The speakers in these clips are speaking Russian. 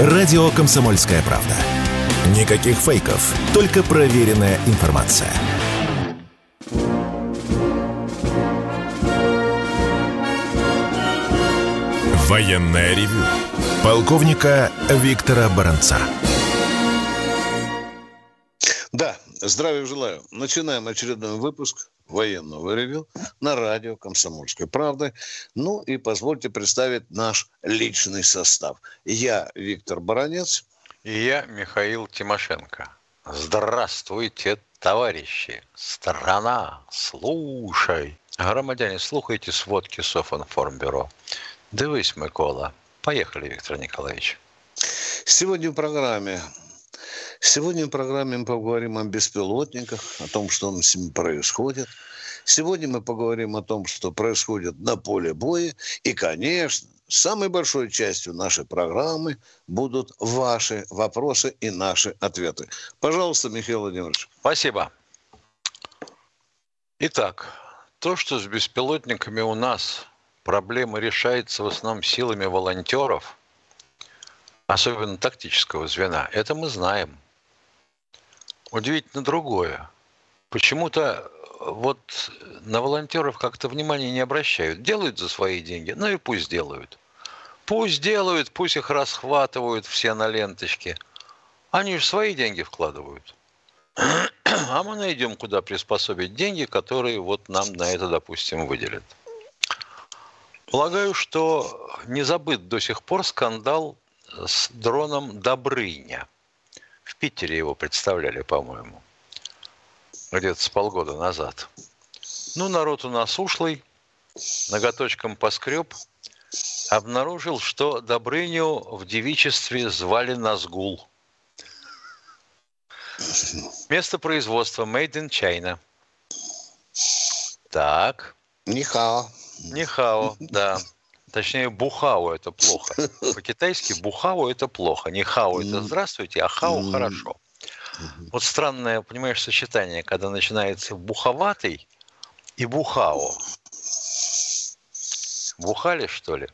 Радио «Комсомольская правда». Никаких фейков, только проверенная информация. Военное ревю полковника Виктора Баранца. Да, здравия желаю. Начинаем очередной выпуск военного ревю на радио «Комсомольской правды». Ну и позвольте представить наш личный состав. Я Виктор Баранец. И я Михаил Тимошенко. Здравствуйте, товарищи! Страна, слушай! Громадяне, слухайте сводки Софинформбюро. Дивись, Микола. Поехали, Виктор Николаевич. Сегодня в программе мы поговорим о беспилотниках, о том, что с ними происходит. Сегодня мы поговорим о том, что происходит на поле боя. И, конечно, самой большой частью нашей программы будут ваши вопросы и наши ответы. Пожалуйста, Михаил Владимирович. Спасибо. Итак, то, что с беспилотниками у нас проблема решается в основном силами волонтеров, особенно тактического звена, это мы знаем. Удивительно другое. Почему-то вот на волонтеров как-то внимания не обращают. Делают за свои деньги, ну и пусть делают. Пусть делают, пусть их расхватывают все на ленточке. Они же свои деньги вкладывают. А мы найдем, куда приспособить деньги, которые вот нам на это, допустим, выделят. Полагаю, что не забыт до сих пор скандал с дроном «Добрыня». В Питере его представляли, по-моему, где-то с полгода назад. Ну, народ у нас ушлый, ноготочком поскреб, обнаружил, что Добрыню в девичестве звали Назгул. Место производства Made in China. Так. Нихао. Нихао, да. Точнее, бухао – это плохо. По-китайски бухао – это плохо. Нихао – это здравствуйте, а хао – хорошо. Вот странное, понимаешь, сочетание, когда начинается буховатый и бухао. Бухали, что ли?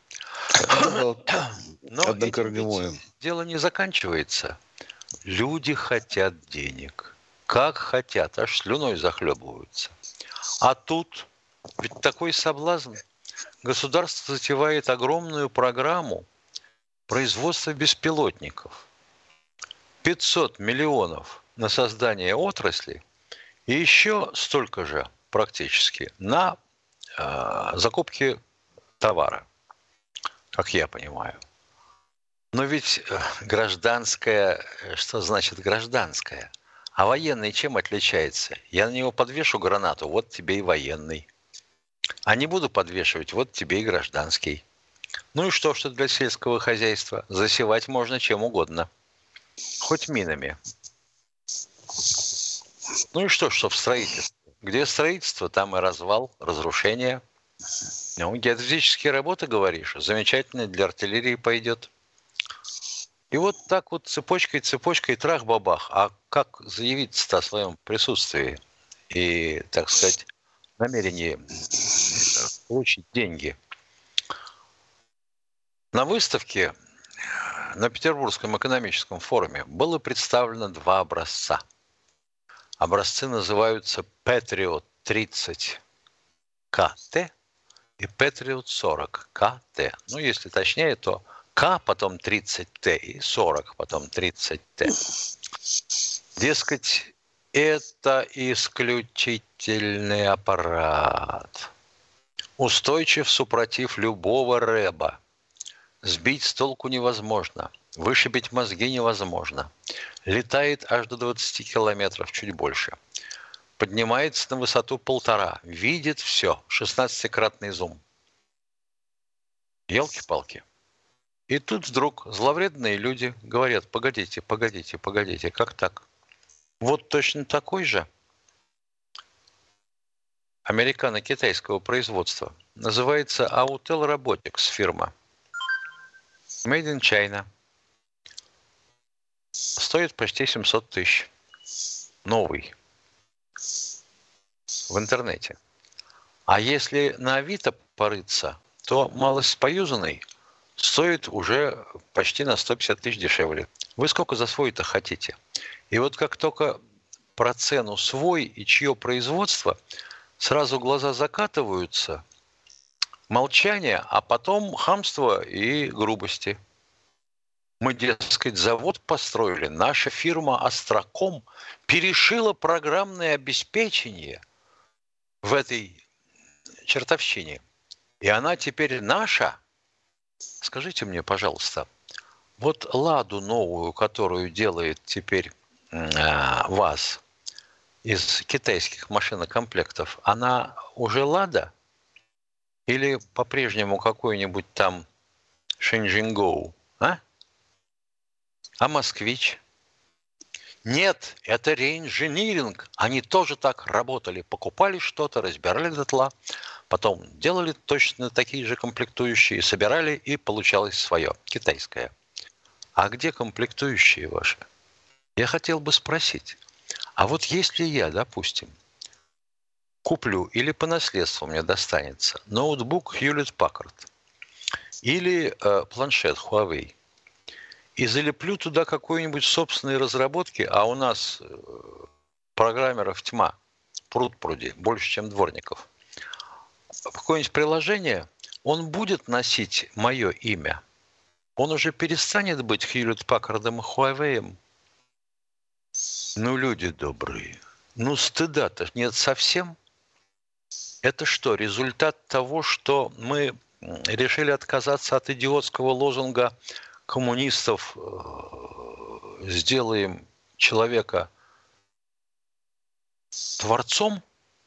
Но дело не заканчивается. Люди хотят денег. Как хотят, аж слюной захлебываются. А тут ведь такой соблазн. Государство затевает огромную программу производства беспилотников. 500 миллионов на создание отрасли и еще столько же практически на закупки товара, как я понимаю. Но ведь гражданская, что значит гражданская? А военный чем отличается? Я на него подвешу гранату, вот тебе и военный. А не буду подвешивать, вот тебе и гражданский. Ну и что для сельского хозяйства? Засевать можно чем угодно. Хоть минами. Ну и что в строительстве? Где строительство, там и развал, разрушение. Ну, геодезические работы, говоришь, замечательно, для артиллерии пойдет. И вот так вот цепочкой, трах-бабах. А как заявить-то о своем присутствии и, так сказать, намерении получить деньги? На выставке на Петербургском экономическом форуме было представлено 2 образца. Образцы называются Patriot 30 КТ и Patriot 40 КТ. Ну, если точнее, то К, потом 30Т и 40, потом 30Т. Дескать, это исключительный аппарат. Устойчив супротив любого рэба. Сбить с толку невозможно. Вышибить мозги невозможно. Летает аж до 20 километров, чуть больше. Поднимается на высоту 1,5. Видит все. 16-кратный зум. Елки-палки. И тут вдруг зловредные люди говорят: погодите, как так? Вот точно такой же американо-китайского производства. Называется Autel Robotics фирма. Made in China. Стоит почти 700 тысяч. Новый. В интернете. А если на Авито порыться, то малость поюзанный стоит уже почти на 150 тысяч дешевле. Вы сколько за свой-то хотите? И вот как только про цену свой и чье производство, сразу глаза закатываются, молчание, а потом хамство и грубости. Мы, дескать, завод построили, наша фирма «Остроком» перешила программное обеспечение в этой чертовщине. И она теперь наша. Скажите мне, пожалуйста, вот «Ладу» новую, которую делает теперь ВАЗ из китайских машинокомплектов, она уже «Лада» или по-прежнему какой-нибудь там Шэньчжэньгоу, а? А «Москвич»? Нет, это реинжиниринг. Они тоже так работали. Покупали что-то, разбирали дотла, потом делали точно такие же комплектующие, собирали, и получалось свое, китайское. А где комплектующие ваши? Я хотел бы спросить. А вот если я, допустим, куплю или по наследству мне достанется ноутбук Hewlett-Packard или планшет Huawei, и залеплю туда какой-нибудь собственной разработки, а у нас программеров тьма, пруд-пруди, больше, чем дворников. Какое-нибудь приложение, он будет носить мое имя. Он уже перестанет быть Hewlett-Packard'ом и Huawei'ем. Ну, люди добрые, ну, стыда-то нет совсем. Это что, результат того, что мы решили отказаться от идиотского лозунга коммунистов, сделаем человека творцом,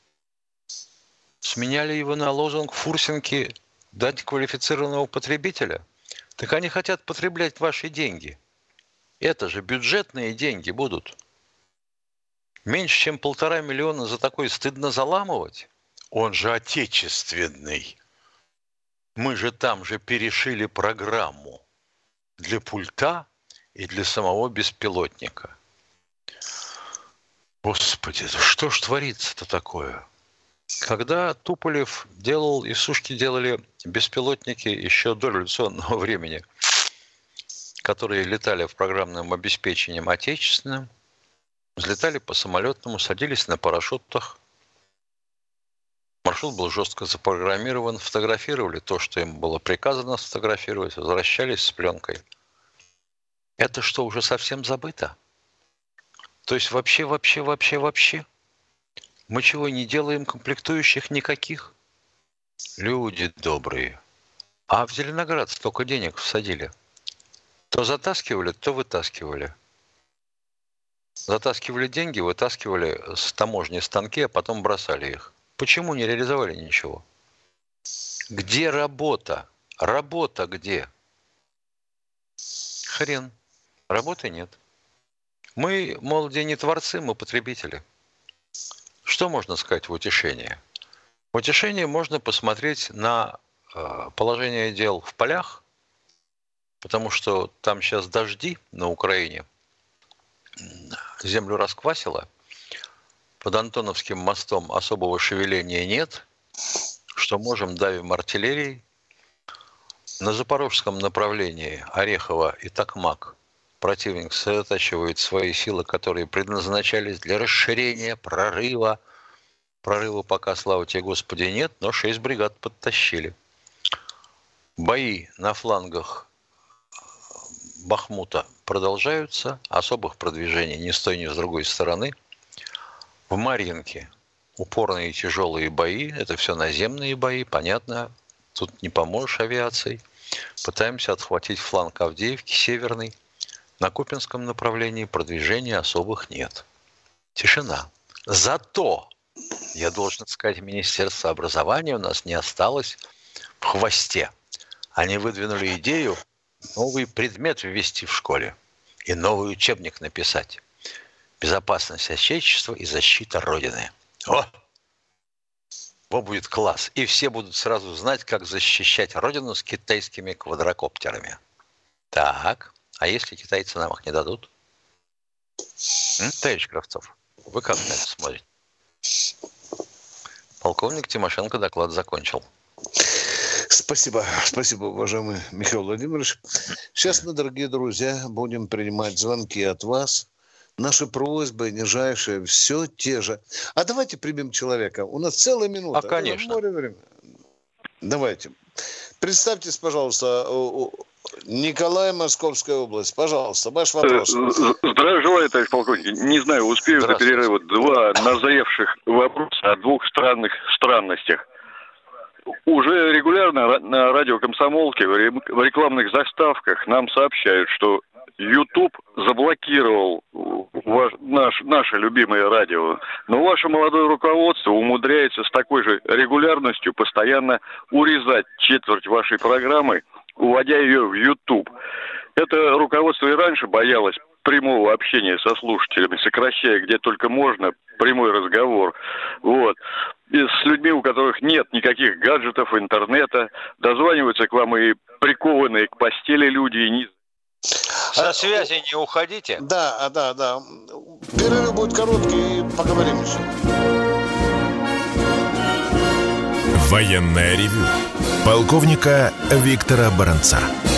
сменяли его на лозунг Фурсенки «дать квалифицированного потребителя»? Так они хотят потреблять ваши деньги. Это же бюджетные деньги будут. Меньше, чем 1,5 миллиона за такой стыдно заламывать? Он же отечественный. Мы же там же перешили программу для пульта и для самого беспилотника. Господи, да что ж творится-то такое? Когда Туполев делал, и Сушки делали беспилотники еще до революционного времени, которые летали в программном обеспечении отечественным, взлетали по самолетному, садились на парашютах. Маршрут был жестко запрограммирован, фотографировали то, что им было приказано сфотографировать, возвращались с пленкой. Это что, уже совсем забыто? То есть вообще? Мы чего, не делаем комплектующих никаких? Люди добрые. А в Зеленоград столько денег всадили. То затаскивали, то вытаскивали. Затаскивали деньги, вытаскивали с таможни станки, а потом бросали их. Почему не реализовали ничего? Где работа? Работа где? Хрен. Работы нет. Мы, мол, не творцы, мы потребители. Что можно сказать в утешение? В утешение можно посмотреть на положение дел в полях, потому что там сейчас дожди на Украине, землю расквасило, под Антоновским мостом особого шевеления нет, что можем, давим артиллерией. На запорожском направлении Орехово и Токмак противник сосредотачивает свои силы, которые предназначались для расширения прорыва. Прорыва пока, слава тебе, Господи, нет, но 6 бригад подтащили. Бои на флангах Бахмута продолжаются, особых продвижений ни с той, ни с другой стороны. В Марьинке упорные и тяжелые бои, это все наземные бои, понятно, тут не поможешь авиацией. Пытаемся отхватить фланг Авдеевки, северный. На Купинском направлении продвижения особых нет. Тишина. Зато, я должен сказать, Министерство образования у нас не осталось в хвосте. Они выдвинули идею новый предмет ввести в школе и новый учебник написать. Безопасность Отечества и защита Родины. О! Вот будет класс. И все будут сразу знать, как защищать Родину с китайскими квадрокоптерами. Так, а если китайцы нам их не дадут? Товарищ Кравцов, вы как на это смотрите? Полковник Тимошенко доклад закончил. Спасибо, уважаемый Михаил Владимирович. Сейчас мы, дорогие друзья, будем принимать звонки от вас. Наши просьбы нижайшие, все те же. А давайте примем человека. У нас целая минута. Конечно. Море времени. Давайте. Представьтесь, пожалуйста, Николай, Московская область. Пожалуйста, ваш вопрос. Здравия желаю, товарищ полковник. Не знаю, успею до перерыва два назревших вопроса о двух странных странностях. Уже регулярно на радио «Комсомолки» в рекламных заставках нам сообщают, что YouTube заблокировал наше любимое радио. Но ваше молодое руководство умудряется с такой же регулярностью постоянно урезать четверть вашей программы, уводя ее в YouTube. Это руководство и раньше боялось прямого общения со слушателями, сокращая где только можно прямой разговор. Вот. И с людьми, у которых нет никаких гаджетов, интернета, дозваниваются к вам и прикованные к постели люди, и не... Со связи не уходите. Да. Перерыв будет короткий, и поговорим еще. Военное ревю полковника Виктора Баранца.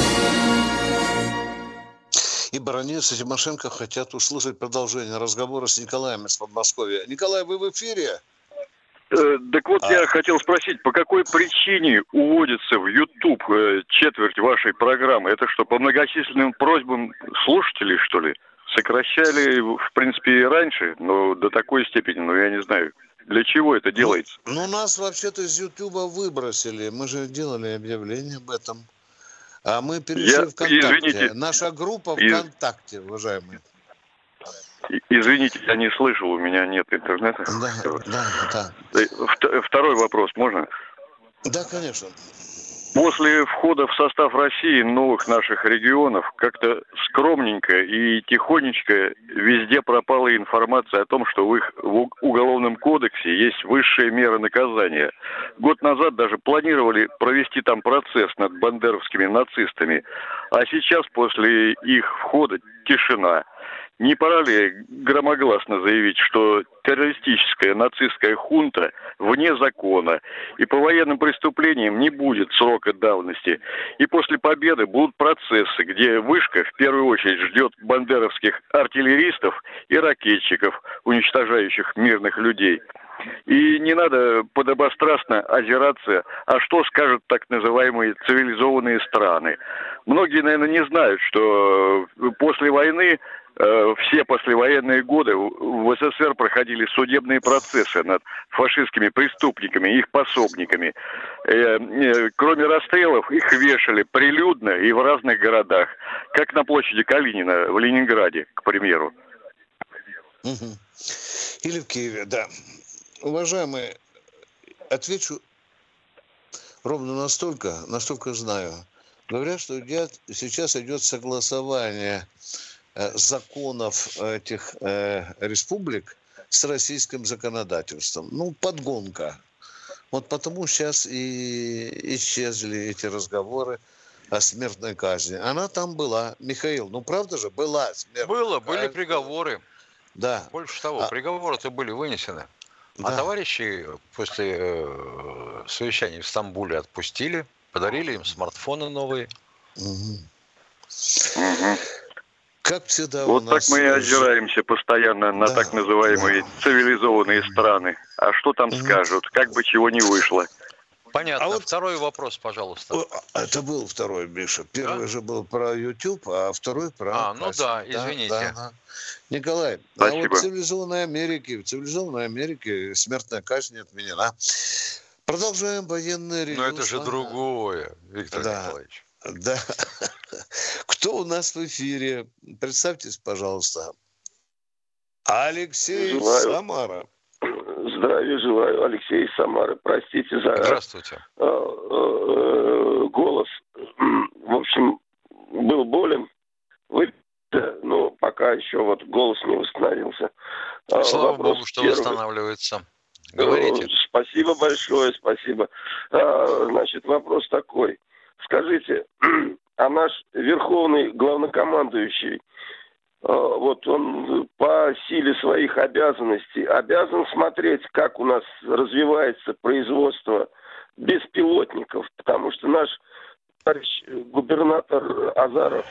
И Баранец, и Тимошенко хотят услышать продолжение разговора с Николаем из Подмосковья. Николай, вы в эфире? Так вот, я хотел спросить, по какой причине уводится в YouTube четверть вашей программы? Это что, по многочисленным просьбам слушателей, что ли? Сокращали, в принципе, и раньше, но до такой степени, я не знаю. Для чего это делается? Нас вообще-то из Ютуба выбросили. Мы же делали объявление об этом. А мы перешли в ВКонтакте. Извините. Наша группа ВКонтакте, уважаемые. Извините, я не слышал, у меня нет интернета. Да. Второй вопрос, можно? Да, конечно. После входа в состав России новых наших регионов как-то скромненько и тихонечко везде пропала информация о том, что в их уголовном кодексе есть высшая мера наказания. Год назад даже планировали провести там процесс над бандеровскими нацистами, а сейчас после их входа тишина. Не пора ли громогласно заявить, что террористическая нацистская хунта вне закона, и по военным преступлениям не будет срока давности, и после победы будут процессы, где вышка в первую очередь ждет бандеровских артиллеристов и ракетчиков, уничтожающих мирных людей. И не надо подобострастно озираться, а что скажут так называемые цивилизованные страны. Многие, наверное, не знают, что после войны все послевоенные годы в СССР проходили судебные процессы над фашистскими преступниками и их пособниками. Кроме расстрелов, их вешали прилюдно и в разных городах, как на площади Калинина в Ленинграде, к примеру. Или в Киеве, да. Уважаемые, отвечу ровно настолько знаю. Говорят, что сейчас идет согласование законов этих республик с российским законодательством. Подгонка. Вот потому сейчас и исчезли эти разговоры о смертной казни. Она там была. Михаил, правда же, была смертная казнь. Были приговоры. Да. Больше того, приговоры-то были вынесены. Да. А товарищи после совещания в Стамбуле отпустили, подарили им смартфоны новые. Как всегда вот так мы и озираемся постоянно на так называемые цивилизованные страны. А что там скажут? Как бы чего не вышло. Понятно. Второй вопрос, пожалуйста. Это был второй, Миша. Первый же был про YouTube, а второй про... извините. Да. Николай, спасибо. В цивилизованной Америке смертная казнь отменена. Продолжаем военное ревью. Но это же другое, Виктор Николаевич. Да. Кто у нас в эфире? Представьтесь, пожалуйста. Алексей Самара. Здравия желаю, Алексей из Самары. Простите за... Здравствуйте. Голос. В общем, был болен. Пока еще голос не восстановился. Слава Богу, что восстанавливается. Говорите. Спасибо большое, спасибо. Значит, вопрос такой. Скажите, а наш верховный главнокомандующий, он по силе своих обязанностей обязан смотреть, как у нас развивается производство беспилотников, потому что наш товарищ губернатор Азаров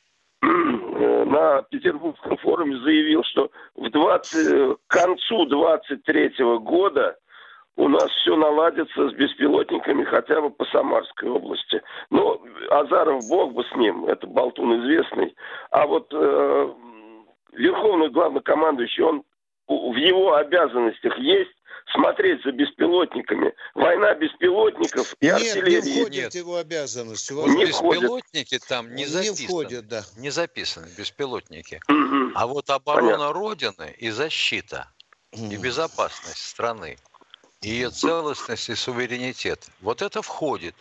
на Петербургском форуме заявил, что к концу 23 года у нас все наладится с беспилотниками хотя бы по Самарской области. Но Азаров, бог бы с ним, это болтун известный. А вот верховный главнокомандующий, он в его обязанностях есть смотреть за беспилотниками. Война беспилотников и артиллерии. Не входит его обязанности. Беспилотники там не записаны. Не входят, да. Не записаны беспилотники. А вот оборона Родины и защита, и безопасность страны, и ее целостность и суверенитет, вот это входит.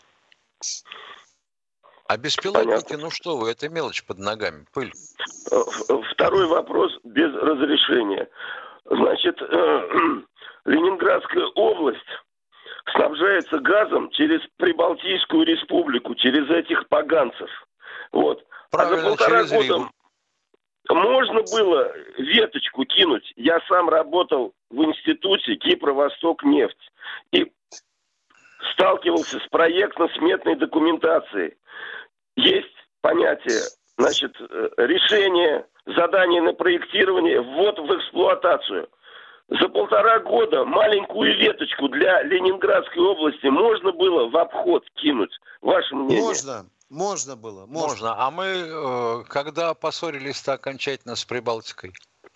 А беспилотники, ну что вы, это мелочь под ногами, пыль. Второй вопрос без разрешения. Значит, Ленинградская область снабжается газом через Прибалтийскую республику, через этих поганцев. Вот. Правильно, а за 1,5 через года Ригу. можно было веточку кинуть. Я сам работал в институте Кипро-Восток-Нефть и сталкивался с проектно-сметной документацией. Есть понятие, значит, решение, задание на проектирование, ввод в эксплуатацию. За 1,5 года маленькую веточку для Ленинградской области можно было в обход кинуть? Ваше мнение? Можно было. Можно. А мы когда поссорились-то окончательно с Прибалтикой?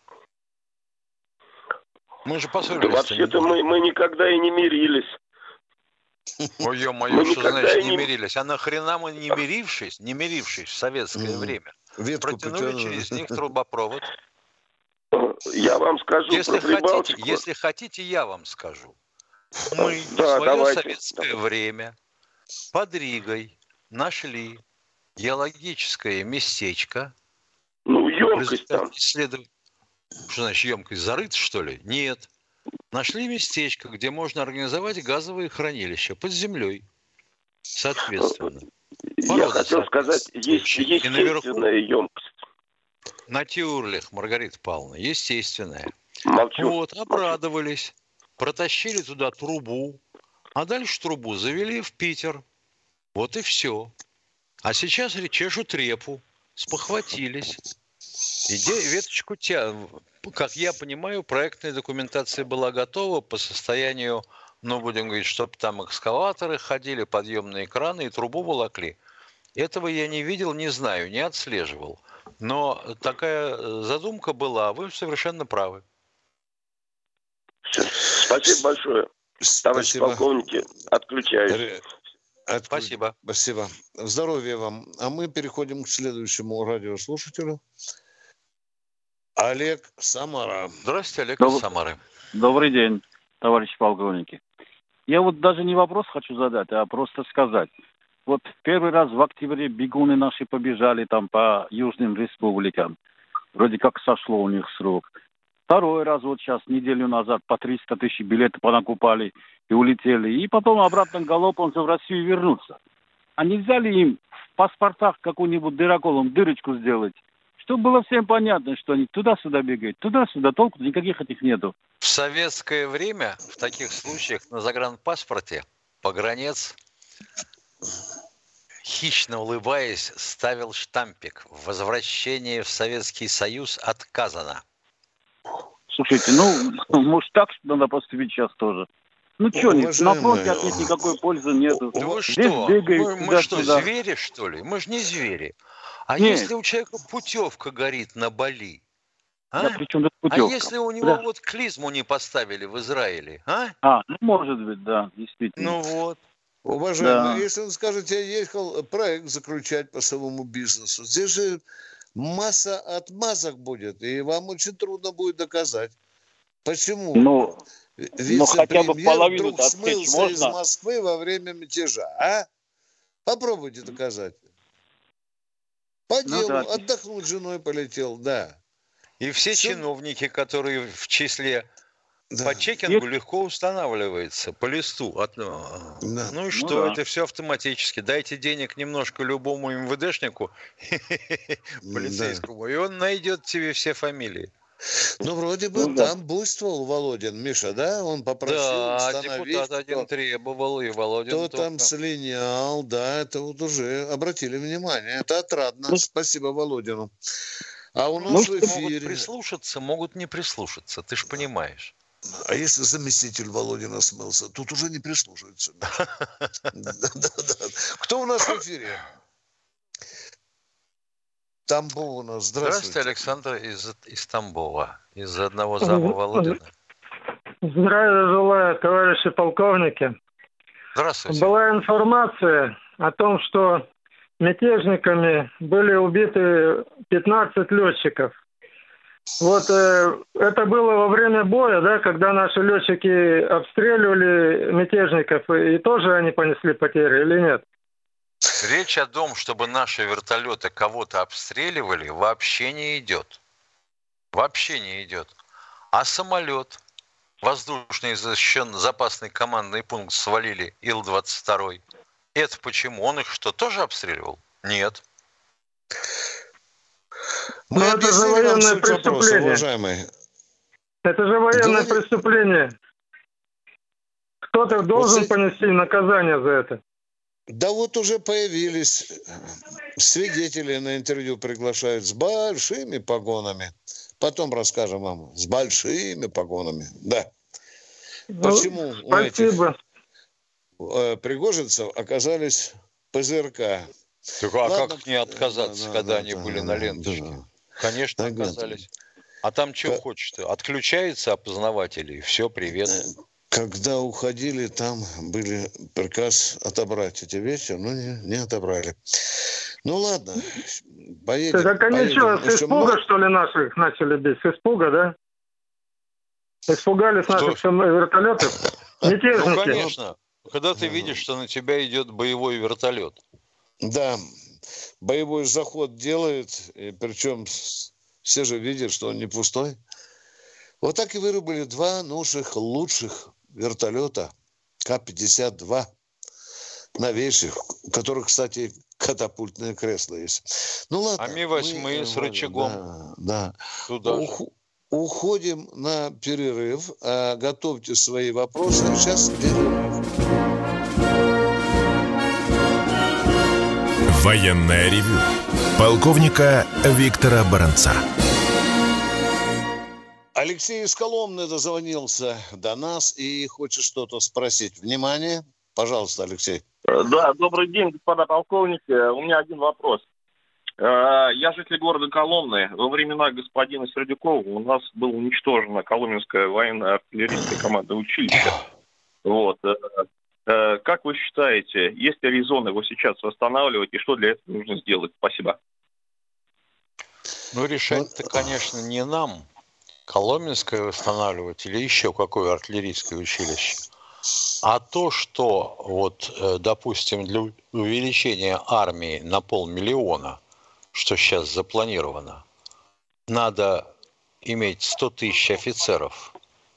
Мы же поссорились. Да вообще-то мы никогда и не мирились. Ой, ё-моё, что значит не мирились? А нахрена мы не мирившись в советское время, протянули через них трубопровод? Я вам скажу про Прибалтику. Если хотите, я вам скажу. Мы в свое советское время под Ригой нашли геологическое местечко. Ну, емкость там. Что значит емкость? Зарыт, что ли? Нет. Нашли местечко, где можно организовать газовые хранилища под землей. Соответственно. Я хотел сказать, есть естественная емкость. На Тюрлях, Маргарита Павловна, естественная. Молчу. Вот, обрадовались. Протащили туда трубу. А дальше трубу завели в Питер. Вот и все. А сейчас чешут репу. Спохватились. Веточку как я понимаю, проектная документация была готова по состоянию, будем говорить, чтобы там экскаваторы ходили, подъемные краны и трубу волокли. Этого я не видел, не знаю, не отслеживал. Но такая задумка была, вы совершенно правы. Спасибо большое. Товарищи полковники, отключаюсь. Спасибо. Спасибо. Здоровья вам. А мы переходим к следующему радиослушателю. Олег, Самара. Здравствуйте, Олег из Самары. Добрый день, товарищи полковники. Я вот даже не вопрос хочу задать, а просто сказать. Вот первый раз в октябре бегуны наши побежали там по южным республикам. Вроде как сошло у них срок. Второй раз вот сейчас, неделю назад, по 300 тысяч билетов понакупали и улетели. И потом обратно галопом в Россию вернуться. А нельзя ли им в паспортах какую-нибудь дыроколом дырочку сделать? Чтобы было всем понятно, что они туда-сюда бегают. Туда-сюда, толку никаких этих нету. В советское время в таких случаях на загранпаспорте погранец, хищно улыбаясь, ставил штампик: «Возвращение в Советский Союз отказано». Слушайте, может так надо поступить сейчас тоже. Ну что, на фронте от них никакой пользы нету. Да вы здесь что? Бегают, мы что, звери, что ли? Мы же не звери. А Нет. если у человека путевка горит на Бали? А? Да, причем тут путевка. А если у него вот клизму не поставили в Израиле? Может быть, да, действительно. Ну вот. Уважаемый, если он скажет, я ехал проект заключать по своему бизнесу, здесь же масса отмазок будет, и вам очень трудно будет доказать. Почему? Хотя бы половину вдруг смылся из Москвы во время мятежа, а? Попробуйте доказать. По делу, отдохнуть с женой полетел, да. И все чиновники, которые в числе по чекингу легко устанавливается, по листу. Ну и что, это все автоматически. Дайте денег немножко любому МВДшнику, полицейскому, и он найдет тебе все фамилии. Ну, вроде бы Ну, да. там буйствовал Володин, Миша, да? Он попросил Да, установить, депутат один требовал, и Володин кто там только. слинял, да, это вот уже обратили внимание. Это отрадно. Ну, Спасибо Володину. А у Ну, нас в могут эфире... прислушаться, могут не прислушаться, ты ж понимаешь. А если заместитель Володина смылся, тут уже не прислушиваются. Да-да-да. Кто у нас в эфире? Тамбов у нас. Здравствуйте, Здравствуйте. Александр из Тамбова, из одного зама Володина. Здравия желаю, товарищи полковники. Здравствуйте. Была информация о том, что мятежниками были убиты 15 летчиков. Вот это было во время боя, да, когда наши летчики обстреливали мятежников, и тоже они понесли потери или нет? Речь о том, чтобы наши вертолеты кого-то обстреливали, вообще не идет. Вообще не идет. А самолет, воздушный защищенный запасный командный пункт свалили Ил-22. Это почему? Он их что, тоже обстреливал? Нет. Мы Но это же объяснили вам военное суть вопроса, преступление. уважаемые. Это же военное Говори. преступление. Кто-то должен Вот понести наказание за это. Да вот уже появились свидетели на интервью приглашают с большими погонами. Потом расскажем вам. С большими погонами. Да. Почему у этих Спасибо. пригожинцев оказались ПЗРК? Так, а Ладно. как не отказаться, когда они были на ленточке? Да. Конечно, Так, оказались. А там что хочешь-то? Отключается опознаватель, и все, привет. Когда уходили, там были приказ отобрать эти вещи, но не отобрали. Ну ладно, поедем. Так они что, с Еще испуга, что ли, наших начали бить? С испуга, да? Испугались наших вертолетов? Ну, Мятежники. конечно. Когда ты видишь, что на тебя идет боевой вертолет. Да, боевой заход делает, и причем все же видят, что он не пустой. Вот так и вырубили два наших лучших вертолета К-52, новейших, у которых, кстати, катапультное кресло есть. Ну ладно. А Ми-8 с рычагом. Да. Туда же. Уходим на перерыв. Готовьте свои вопросы. Сейчас перерыв. Военное ревю полковника Виктора Баранца. Алексей из Коломны дозвонился до нас и хочет что-то спросить. Внимание, пожалуйста, Алексей. Да, добрый день, господа полковники. У меня один вопрос. Я житель города Коломны. Во времена господина Сердюкова у нас было уничтожено Коломенское военно-артиллерийское командное училище. Вот. Как вы считаете, есть ли резон его сейчас восстанавливать и что для этого нужно сделать? Спасибо. Ну, решать-то, конечно, не нам. Коломенское восстанавливать или еще какое артиллерийское училище. А то, что, вот, допустим, для увеличения армии на 500 000, что сейчас запланировано, надо иметь 100 000 офицеров.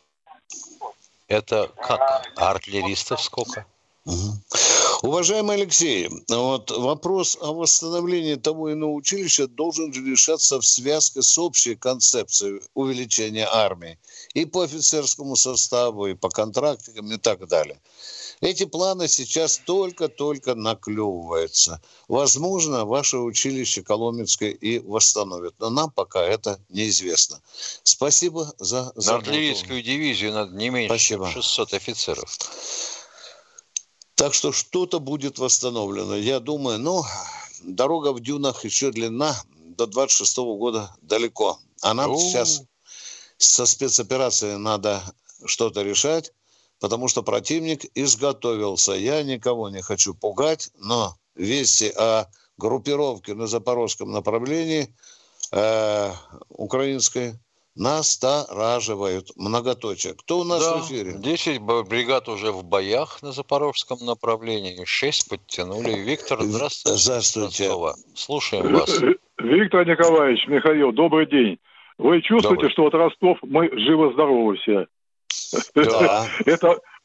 Это как? А артиллеристов сколько? Уважаемый Алексей, вот вопрос о восстановлении того иного училища должен решаться в связке с общей концепцией увеличения армии и по офицерскому составу, и по контрактикам, и так далее. Эти планы сейчас только-только наклевываются. Возможно, ваше училище Коломенское и восстановит, но нам пока это неизвестно. Спасибо за заботу. На артиллерийскую дивизию надо не меньше, Спасибо. 600 офицеров. Так что что-то будет восстановлено. Я думаю, дорога в дюнах еще длинна, до 26 года далеко. А нам сейчас со спецоперацией надо что-то решать, потому что противник изготовился. Я никого не хочу пугать, но вести о группировке на запорожском направлении украинской настораживают. Многоточие. Кто у нас в эфире? 10 бригад уже в боях на запорожском направлении, 6 подтянули. Виктор, здравствуйте. Здравствуйте. Слушаем вас. Виктор Николаевич, Михаил, добрый день. Вы чувствуете, Добрый. что от Ростов мы живы-здоровы все? Да. Это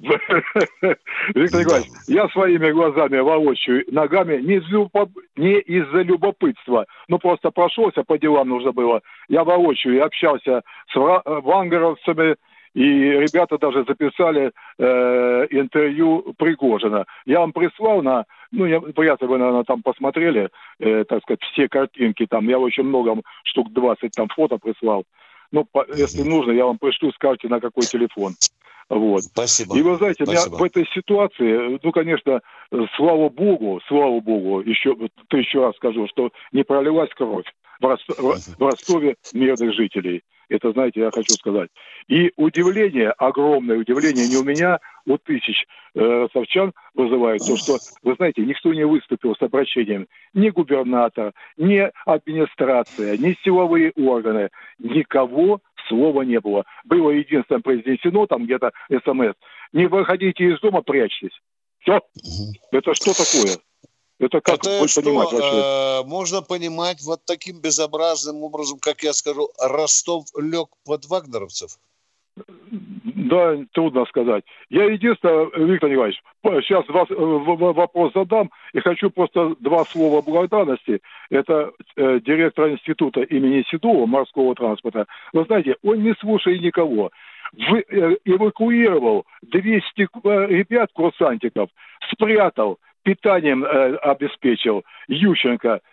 Виктор Николаевич, я своими глазами ворочаю ногами не из-за любопытства, ну просто прошелся, по делам нужно было. Я ворочаю и общался с вагнеровцами, и ребята даже записали интервью Пригожина. Я вам прислал вряд ли вы, наверное, там посмотрели, так сказать, все картинки там. Я очень много, штук 20 там фото прислал. Ну, если нужно, я вам пришлю, скажете, на какой телефон. Вот. Спасибо. И вы знаете, меня в этой ситуации, конечно, слава богу, еще раз скажу, что не пролилась кровь в Ростове мирных жителей. Это, знаете, я хочу сказать. И удивление, огромное удивление не у меня, у тысяч ростовчан вызывает то, что, вы знаете, никто не выступил с обращением. Ни губернатор, ни администрация, ни силовые органы. Никого слова не было. Было единственное произнесено, там где-то СМС. Не выходите из дома, прячьтесь. Все. Это что такое? Это как понимать вообще? Можно понимать вот таким безобразным образом, как я скажу, Ростов лег под вагнеровцев? Да, трудно сказать. Я единственное, Виктор Николаевич, сейчас вопрос задам, и хочу просто два слова благодарности. Это директор института имени Седова, морского транспорта. Вы знаете, он не слушает никого. Эвакуировал 200 ребят, курсантиков, спрятал, питанием обеспечил Ющенко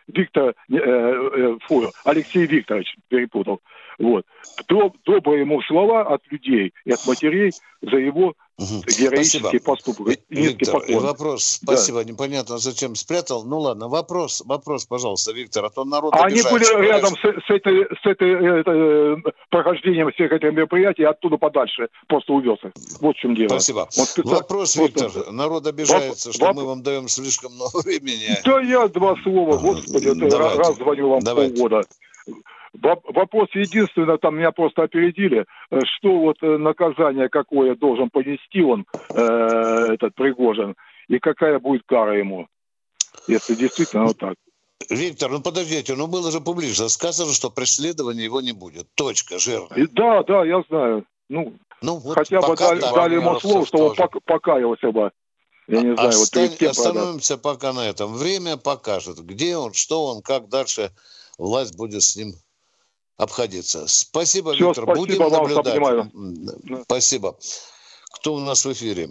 Алексей Викторович, перепутал. Вот. Добрые ему слова от людей и от матерей за его героический поступок. Виктор, вопрос, спасибо, да. Непонятно, зачем спрятал. Ну ладно, вопрос, пожалуйста, Виктор, а то народ обижается. Они были рядом с этой прохождением всех этих мероприятий, оттуда подальше просто увез их. Вот в чем дело. Спасибо. Вопрос, Виктор, народ обижается, что мы вам даем слишком много времени. Да я два слова, господи, раз звоню вам полгода. Вопрос единственный, там меня просто опередили, что вот наказание какое должен понести он, этот Пригожин, и какая будет кара ему, если действительно вот так. Виктор, подождите, было же публично сказано, что преследования его не будет. Точка, жирно. Да, я знаю. Хотя бы дали ему слово, что он покаялся бы. Я не знаю, остановимся пока на этом. Время покажет, где он, что он, как дальше власть будет с ним обходиться. Спасибо, все, Виктор. Будем наблюдать. Спасибо. Кто у нас в эфире?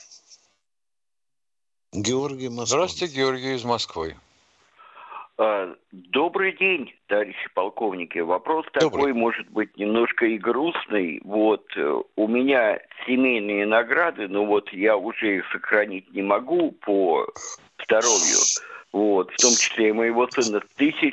Георгий, Москва. Здравствуйте, Георгий из Москвы. Добрый день, товарищи полковники. Вопрос такой, может быть, немножко и грустный. Вот у меня семейные награды, но я уже их сохранить не могу по здоровью. Вот, в том числе и моего сына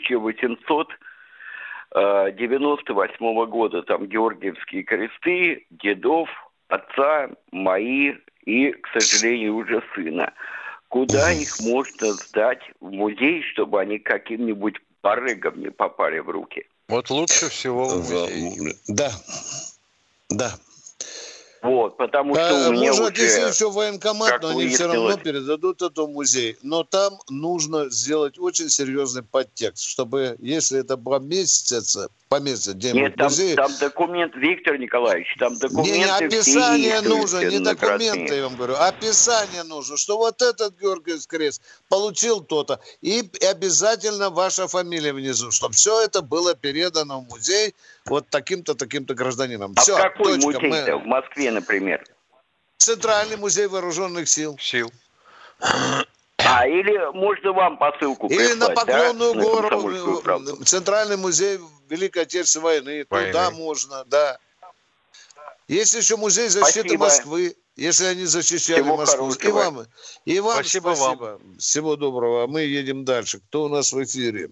1898 года. Там Георгиевские кресты, дедов, отца, мои и, к сожалению, уже сына. Куда их можно сдать в музей, чтобы они каким-нибудь барыгам не попали в руки? Вот лучше всего в музей. Да. Вот, потому что у меня можно уже... отнести все в военкомат, но они все равно передадут это в музей. Но там нужно сделать очень серьезный подтекст, чтобы, если это поместится где-нибудь в музее... там документ, Виктор Николаевич, там документы... Не описание нужно, не документы, я вам говорю, описание нужно, что вот этот Георгиевский крест получил то-то, и обязательно ваша фамилия внизу, чтобы все это было передано в музей вот таким-то гражданином. А какой музей-то в Москве, например? Центральный музей вооруженных сил. Или можно вам посылку прислать, или на Поклонную гору, на Центральный музей Великой Отечественной войны. Туда можно, да. Есть еще музей защиты Москвы, если они защищали Москву. И вам спасибо. Всего доброго. Мы едем дальше. Кто у нас в эфире?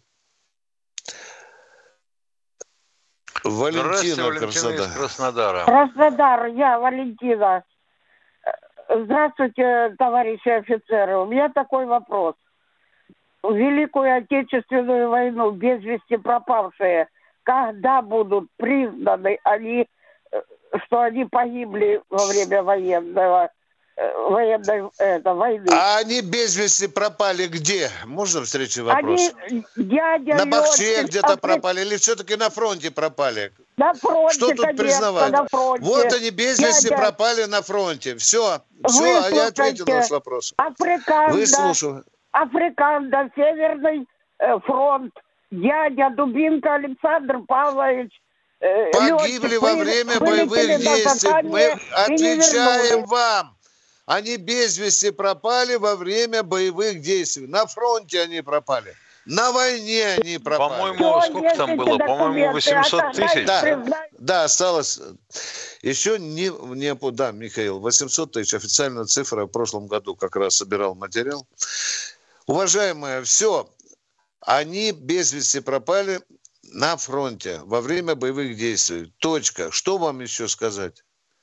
Валентина из Краснодара. Краснодар, я Валентина. Здравствуйте, товарищи офицеры. У меня такой вопрос. В Великую Отечественную войну без вести пропавшие, когда будут признаны они, что они погибли во время военного военной войны. А они без вести пропали где? Можно встречный вопрос? Дядя на Бахче летчик, где-то пропали или все-таки на фронте пропали? На фронте, что тут конечно, признавать? на фронте. Вот они без вести пропали на фронте. Все, а я ответил на ваш вопрос. Выслушаю. Африканда, Северный фронт, дядя Дубинка Александр Павлович. Погибли во время боевых действий. Мы отвечаем вам. Они без вести пропали во время боевых действий. На фронте они пропали. На войне они пропали. По-моему, сколько там было? По-моему, 800 тысяч. Да, осталось. Еще да, Михаил, 800 тысяч. Официальная цифра в прошлом году как раз собирал материал. Уважаемые, все. Они без вести пропали на фронте во время боевых действий. Точка. Что вам еще сказать?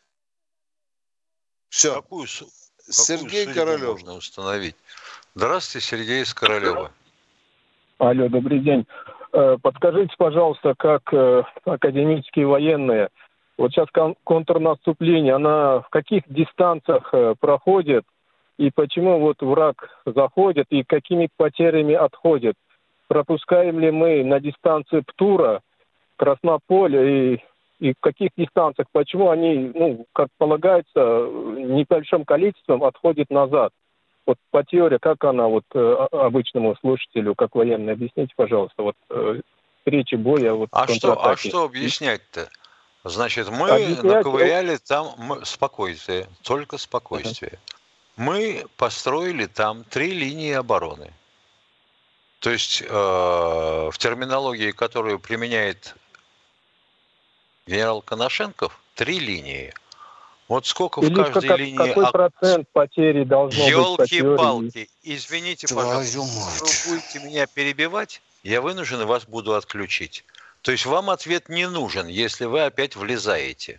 Все. Какую Сергей Королев. Можно установить. Здравствуйте, Сергей из Королева. Алло, добрый день. Подскажите, пожалуйста, как академические военные, вот сейчас контрнаступление, она в каких дистанциях проходит, и почему вот враг заходит, и какими потерями отходит? Пропускаем ли мы на дистанции Птура, Краснополя, и в каких дистанциях, почему они, как полагается, небольшим количеством отходят назад? Вот по теории, как она обычному слушателю, как военный, объясните, пожалуйста, встречи боя, контратаки. Что объяснять-то? Значит, мы наковыряли там спокойствие, только спокойствие. Мы построили там 3 линии обороны. То есть в терминологии, которую применяет генерал Коношенков, 3 линии. Вот сколько в каждой линии... Какой процент потери должно быть? Ёлки-палки, извините, пожалуйста, вы будете меня перебивать, я вынужден вас буду отключить. То есть вам ответ не нужен, если вы опять влезаете.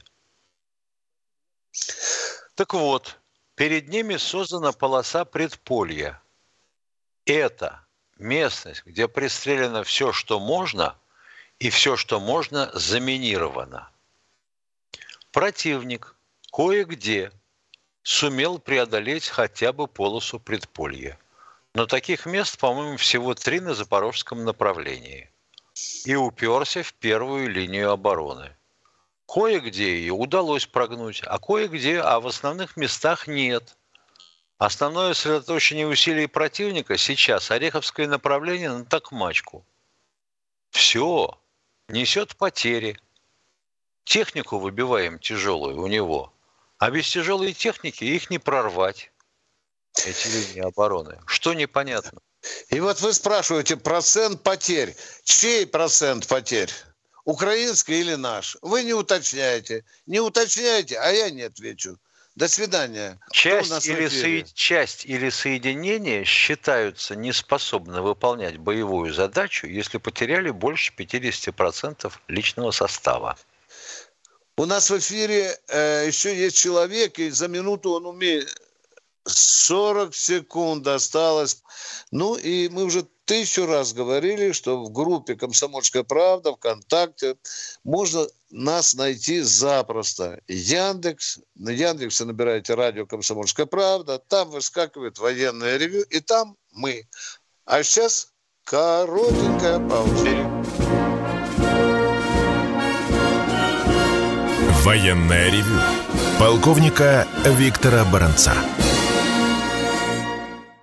Так вот, перед ними создана полоса предполья. Это местность, где пристрелено все, что можно, и все, что можно, заминировано. Противник кое-где сумел преодолеть хотя бы полосу предполья. Но таких мест, по-моему, всего 3 на запорожском направлении. И уперся в первую линию обороны. Кое-где ее удалось прогнуть, а кое-где, в основных местах нет. Основное сосредоточение усилий противника сейчас Ореховское направление на Токмачку. Все, несет потери. Технику выбиваем тяжелую у него. А без тяжелой техники их не прорвать, эти линии обороны. Что непонятно? И вот вы спрашиваете процент потерь. Чей процент потерь? Украинский или наш? Вы не уточняете. Не уточняете, а я не отвечу. До свидания. Часть или соединение считаются неспособны выполнять боевую задачу, если потеряли больше 50% личного состава. У нас в эфире еще есть человек, и за минуту он умеет. 40 секунд осталось. И мы уже 1000 раз говорили, что в группе «Комсомольская правда», ВКонтакте можно нас найти запросто. Яндекс. На Яндексе набираете радио «Комсомольская правда», там выскакивает военное ревью, и там мы. А сейчас коротенькая пауза. Военное ревю полковника Виктора Баранца.